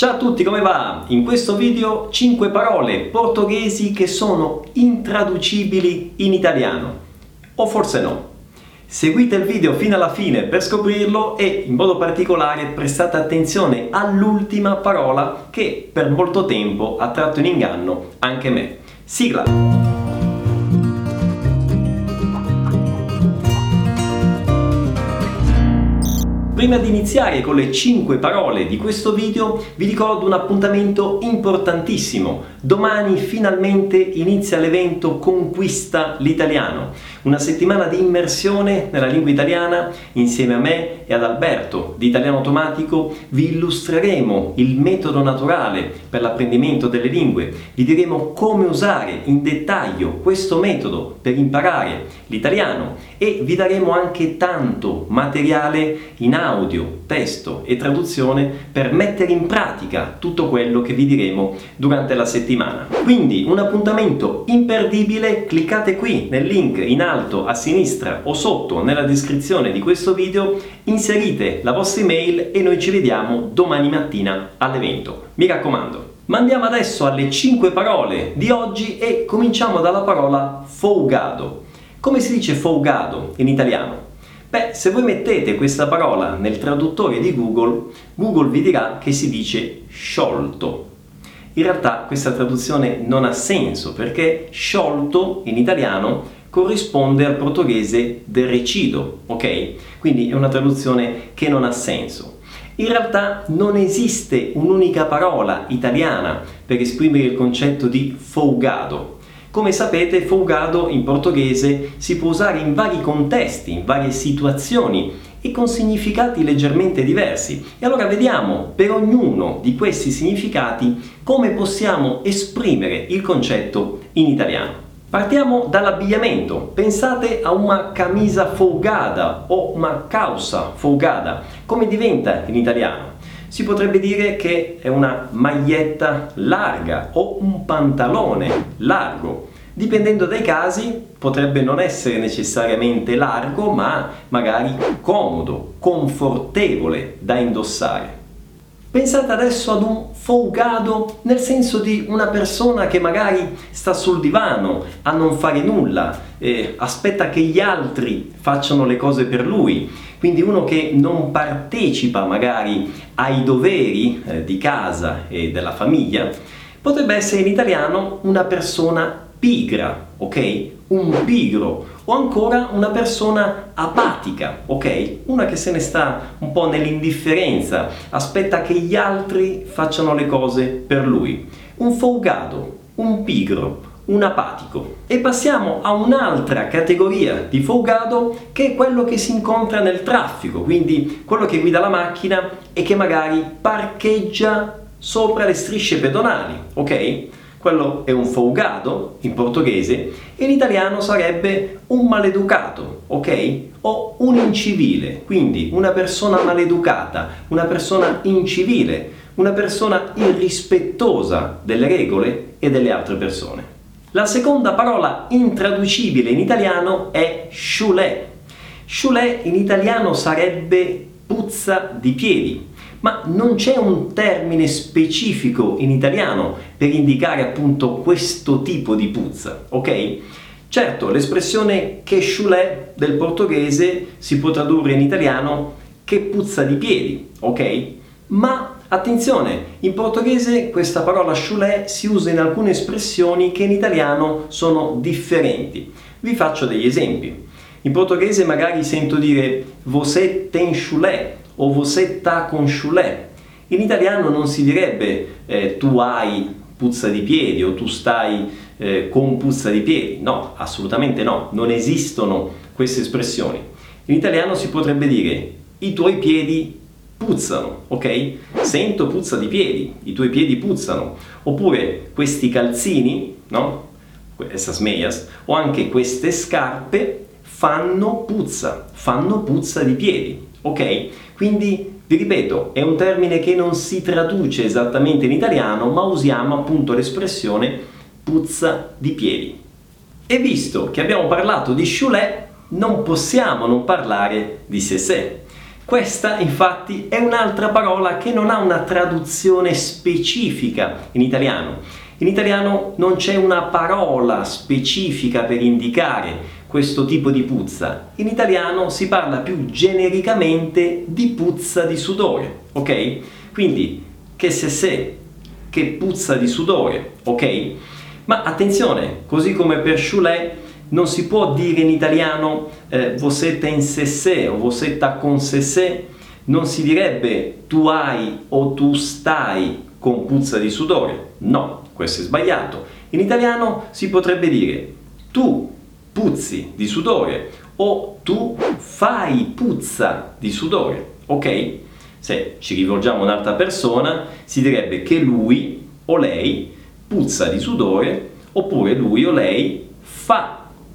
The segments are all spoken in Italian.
Ciao a tutti, come va? In questo video 5 parole portoghesi che sono intraducibili in italiano. O forse no. Seguite il video fino alla fine per scoprirlo e in modo particolare prestate attenzione all'ultima parola che per molto tempo ha tratto in inganno anche me. Sigla! Prima di iniziare con le 5 parole di questo video vi ricordo un appuntamento importantissimo. Domani finalmente inizia l'evento Conquista l'Italiano, una settimana di immersione nella lingua italiana. Insieme a me e ad Alberto di Italiano Automatico vi illustreremo il metodo naturale per l'apprendimento delle lingue, vi diremo come usare in dettaglio questo metodo per imparare l'italiano e vi daremo anche tanto materiale in audio, testo e traduzione per mettere in pratica tutto quello che vi diremo durante la settimana. Quindi un appuntamento imperdibile, cliccate qui nel link in alto a sinistra o sotto nella descrizione di questo video, inserite la vostra email e noi ci vediamo domani mattina all'evento. Mi raccomando. Ma andiamo adesso alle 5 parole di oggi e cominciamo dalla parola folgado. Come si dice folgado in italiano? Beh, se voi mettete questa parola nel traduttore di Google, Google vi dirà che si dice sciolto. In realtà questa traduzione non ha senso perché sciolto in italiano corrisponde al portoghese derrecido, ok? Quindi è una traduzione che non ha senso. In realtà non esiste un'unica parola italiana per esprimere il concetto di folgado. Come sapete, folgado in portoghese si può usare in vari contesti, in varie situazioni e con significati leggermente diversi. E allora vediamo per ognuno di questi significati come possiamo esprimere il concetto in italiano. Partiamo dall'abbigliamento. Pensate a una camisa folgada o una calça folgada. Come diventa in italiano? Si potrebbe dire che è una maglietta larga o un pantalone largo. Dipendendo dai casi, potrebbe non essere necessariamente largo, ma magari comodo, confortevole da indossare. Pensate adesso ad un folgado nel senso di una persona che magari sta sul divano a non fare nulla, aspetta che gli altri facciano le cose per lui. Quindi uno che non partecipa magari ai doveri di casa e della famiglia. Potrebbe essere in italiano una persona pigra, ok? Un pigro o ancora una persona apatica, ok? Una che se ne sta un po' nell'indifferenza, aspetta che gli altri facciano le cose per lui. Un folgado, un pigro, un apatico. E passiamo a un'altra categoria di folgado che è quello che si incontra nel traffico, quindi quello che guida la macchina e che magari parcheggia sopra le strisce pedonali, ok? Quello è un folgado in portoghese e in italiano sarebbe un maleducato, ok? O un incivile, quindi una persona maleducata, una persona incivile, una persona irrispettosa delle regole e delle altre persone. La seconda parola intraducibile in italiano è chulé. Chulé in italiano sarebbe puzza di piedi. Ma non c'è un termine specifico in italiano per indicare appunto questo tipo di puzza, ok? Certo, l'espressione che chulé del portoghese si può tradurre in italiano che puzza di piedi, ok? Ma attenzione, in portoghese questa parola chulé si usa in alcune espressioni che in italiano sono differenti. Vi faccio degli esempi. In portoghese magari sento dire você tem chulé o você tá com chulé. In italiano non si direbbe tu hai puzza di piedi o tu stai con puzza di piedi. No, assolutamente no, non esistono queste espressioni. In italiano si potrebbe dire i tuoi piedi puzzano, ok? Sento puzza di piedi, i tuoi piedi puzzano. Oppure questi calzini, no? Essas meias, o anche queste scarpe fanno puzza di piedi, ok? Quindi vi ripeto, è un termine che non si traduce esattamente in italiano, ma usiamo appunto l'espressione puzza di piedi. E visto che abbiamo parlato di chulé, non possiamo non parlare di sesè. Questa infatti è un'altra parola che non ha una traduzione specifica in italiano. In italiano non c'è una parola specifica per indicare questo tipo di puzza. In italiano si parla più genericamente di puzza di sudore, ok? Quindi che se, che puzza di sudore, ok? Ma attenzione, così come per Choulet non si può dire in italiano você tem se o você tá con se, non si direbbe tu hai o tu stai con puzza di sudore. No, questo è sbagliato. In italiano si potrebbe dire tu puzzi di sudore o tu fai puzza di sudore, ok? Se ci rivolgiamo a un'altra persona si direbbe che lui o lei puzza di sudore oppure lui o lei fa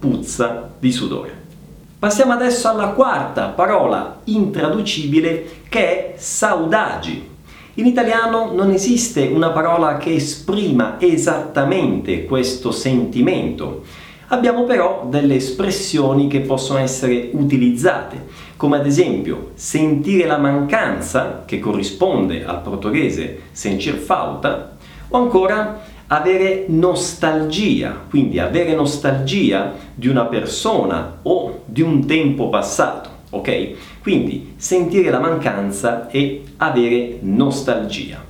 puzza di sudore. Passiamo adesso alla quarta parola intraducibile che è saudade. In italiano non esiste una parola che esprima esattamente questo sentimento. Abbiamo però delle espressioni che possono essere utilizzate, come ad esempio sentire la mancanza, che corrisponde al portoghese sentir falta, o ancora avere nostalgia, quindi avere nostalgia di una persona o di un tempo passato, ok? Quindi sentire la mancanza e avere nostalgia.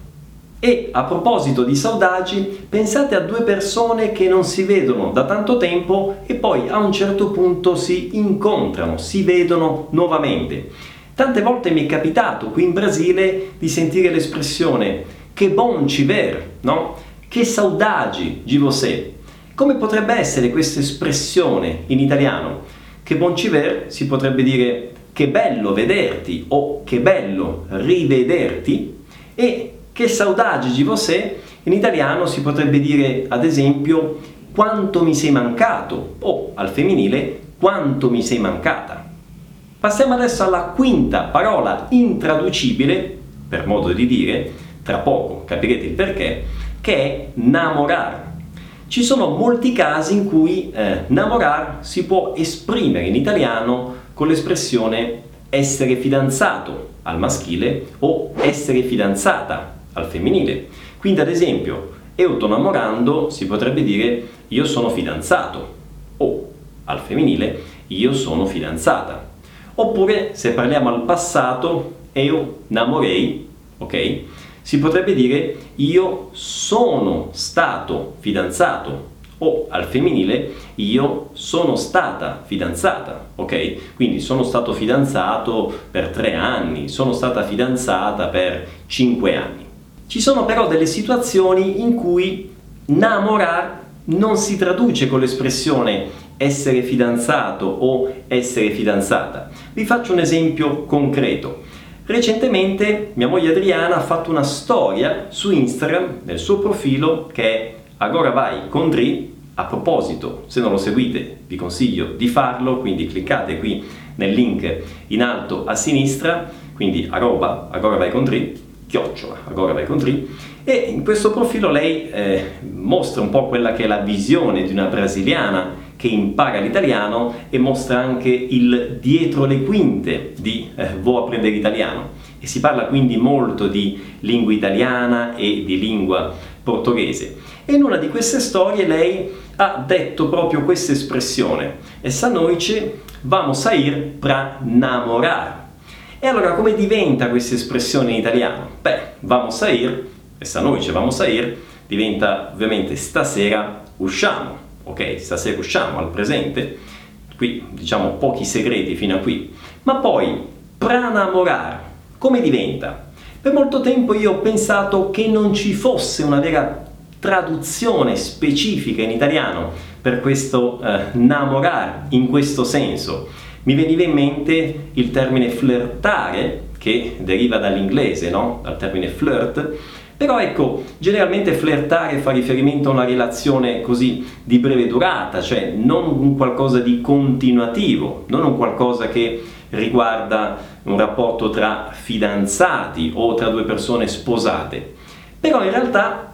E a proposito di saudade, pensate a due persone che non si vedono da tanto tempo e poi a un certo punto si incontrano, si vedono nuovamente. Tante volte mi è capitato qui in Brasile di sentire l'espressione che bom te ver, no? Che saudade di você. Come potrebbe essere questa espressione in italiano? Che bon te ver si potrebbe dire che bello vederti o che bello rivederti, e che saudade di você in italiano si potrebbe dire ad esempio quanto mi sei mancato o al femminile quanto mi sei mancata. Passiamo adesso alla quinta parola intraducibile, per modo di dire, tra poco capirete il perché, che è namorar. Ci sono molti casi in cui namorar si può esprimere in italiano con l'espressione essere fidanzato al maschile o essere fidanzata al femminile. Quindi ad esempio eu tô namorando si potrebbe dire io sono fidanzato o al femminile io sono fidanzata. Oppure se parliamo al passato eu namorei, ok? Si potrebbe dire io sono stato fidanzato o al femminile io sono stata fidanzata, ok? Quindi sono stato fidanzato per 3 anni, sono stata fidanzata per 5 anni. Ci sono però delle situazioni in cui namorar non si traduce con l'espressione essere fidanzato o essere fidanzata. Vi faccio un esempio concreto. Recentemente mia moglie Adriana ha fatto una storia su Instagram nel suo profilo che è Agora vai con Dri. A proposito, se non lo seguite vi consiglio di farlo, quindi cliccate qui nel link in alto a sinistra, quindi Agora vai con Dri, Agora vai con Dri, e in questo profilo lei mostra un po' quella che è la visione di una brasiliana che impara l'italiano e mostra anche il dietro le quinte di Vo apprendere italiano, e si parla quindi molto di lingua italiana e di lingua portoghese. E in una di queste storie lei ha detto proprio questa espressione: essa noite vamos sair pra namorar. E allora come diventa questa espressione in italiano? Beh, vamos sair, essa noite vamos sair, diventa ovviamente stasera usciamo, ok? Stasera usciamo al presente, qui diciamo pochi segreti fino a qui. Ma poi, pra namorar, come diventa? Per molto tempo io ho pensato che non ci fosse una vera traduzione specifica in italiano per questo namorar in questo senso. Mi veniva in mente il termine flirtare, che deriva dall'inglese, no? Dal termine flirt, però ecco, generalmente flirtare fa riferimento a una relazione così di breve durata, cioè non un qualcosa di continuativo, non un qualcosa che riguarda un rapporto tra fidanzati o tra due persone sposate. Però in realtà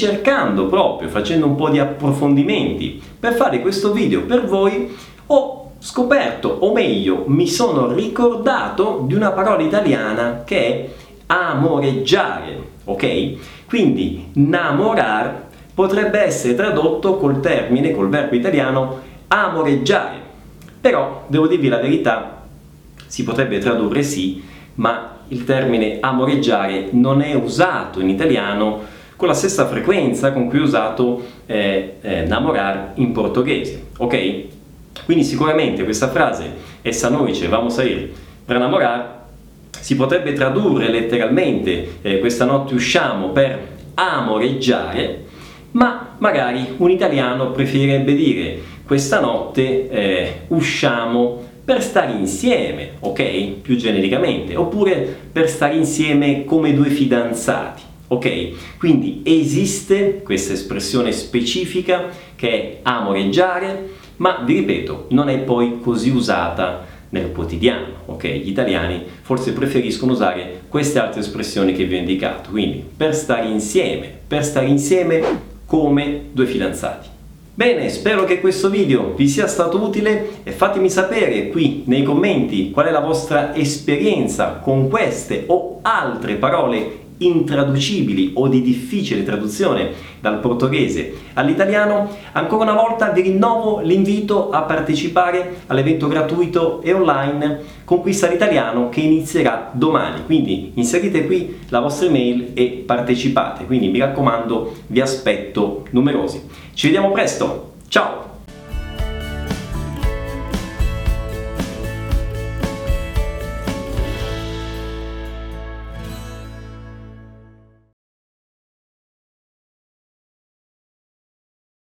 ricercando proprio, facendo un po' di approfondimenti per fare questo video per voi, ho scoperto, o meglio, mi sono ricordato di una parola italiana che è amoreggiare, ok? Quindi namorar potrebbe essere tradotto col verbo italiano amoreggiare, però devo dirvi la verità, si potrebbe tradurre sì, ma il termine amoreggiare non è usato in italiano con la stessa frequenza con cui è usato namorar in portoghese, ok? Quindi sicuramente questa frase, essa noite vamos a ir per namorar, si potrebbe tradurre letteralmente questa notte usciamo per amoreggiare, ma magari un italiano preferirebbe dire questa notte usciamo per stare insieme, ok? Più genericamente, oppure per stare insieme come due fidanzati, ok? Quindi esiste questa espressione specifica che è amoreggiare, ma vi ripeto, non è poi così usata nel quotidiano, ok? Gli italiani forse preferiscono usare queste altre espressioni che vi ho indicato, quindi per stare insieme come due fidanzati. Bene, spero che questo video vi sia stato utile e fatemi sapere qui nei commenti qual è la vostra esperienza con queste o altre parole intraducibili o di difficile traduzione dal portoghese all'italiano. Ancora una volta vi rinnovo l'invito a partecipare all'evento gratuito e online Conquista l'Italiano che inizierà domani, quindi inserite qui la vostra email e partecipate, quindi mi raccomando vi aspetto numerosi. Ci vediamo presto, ciao!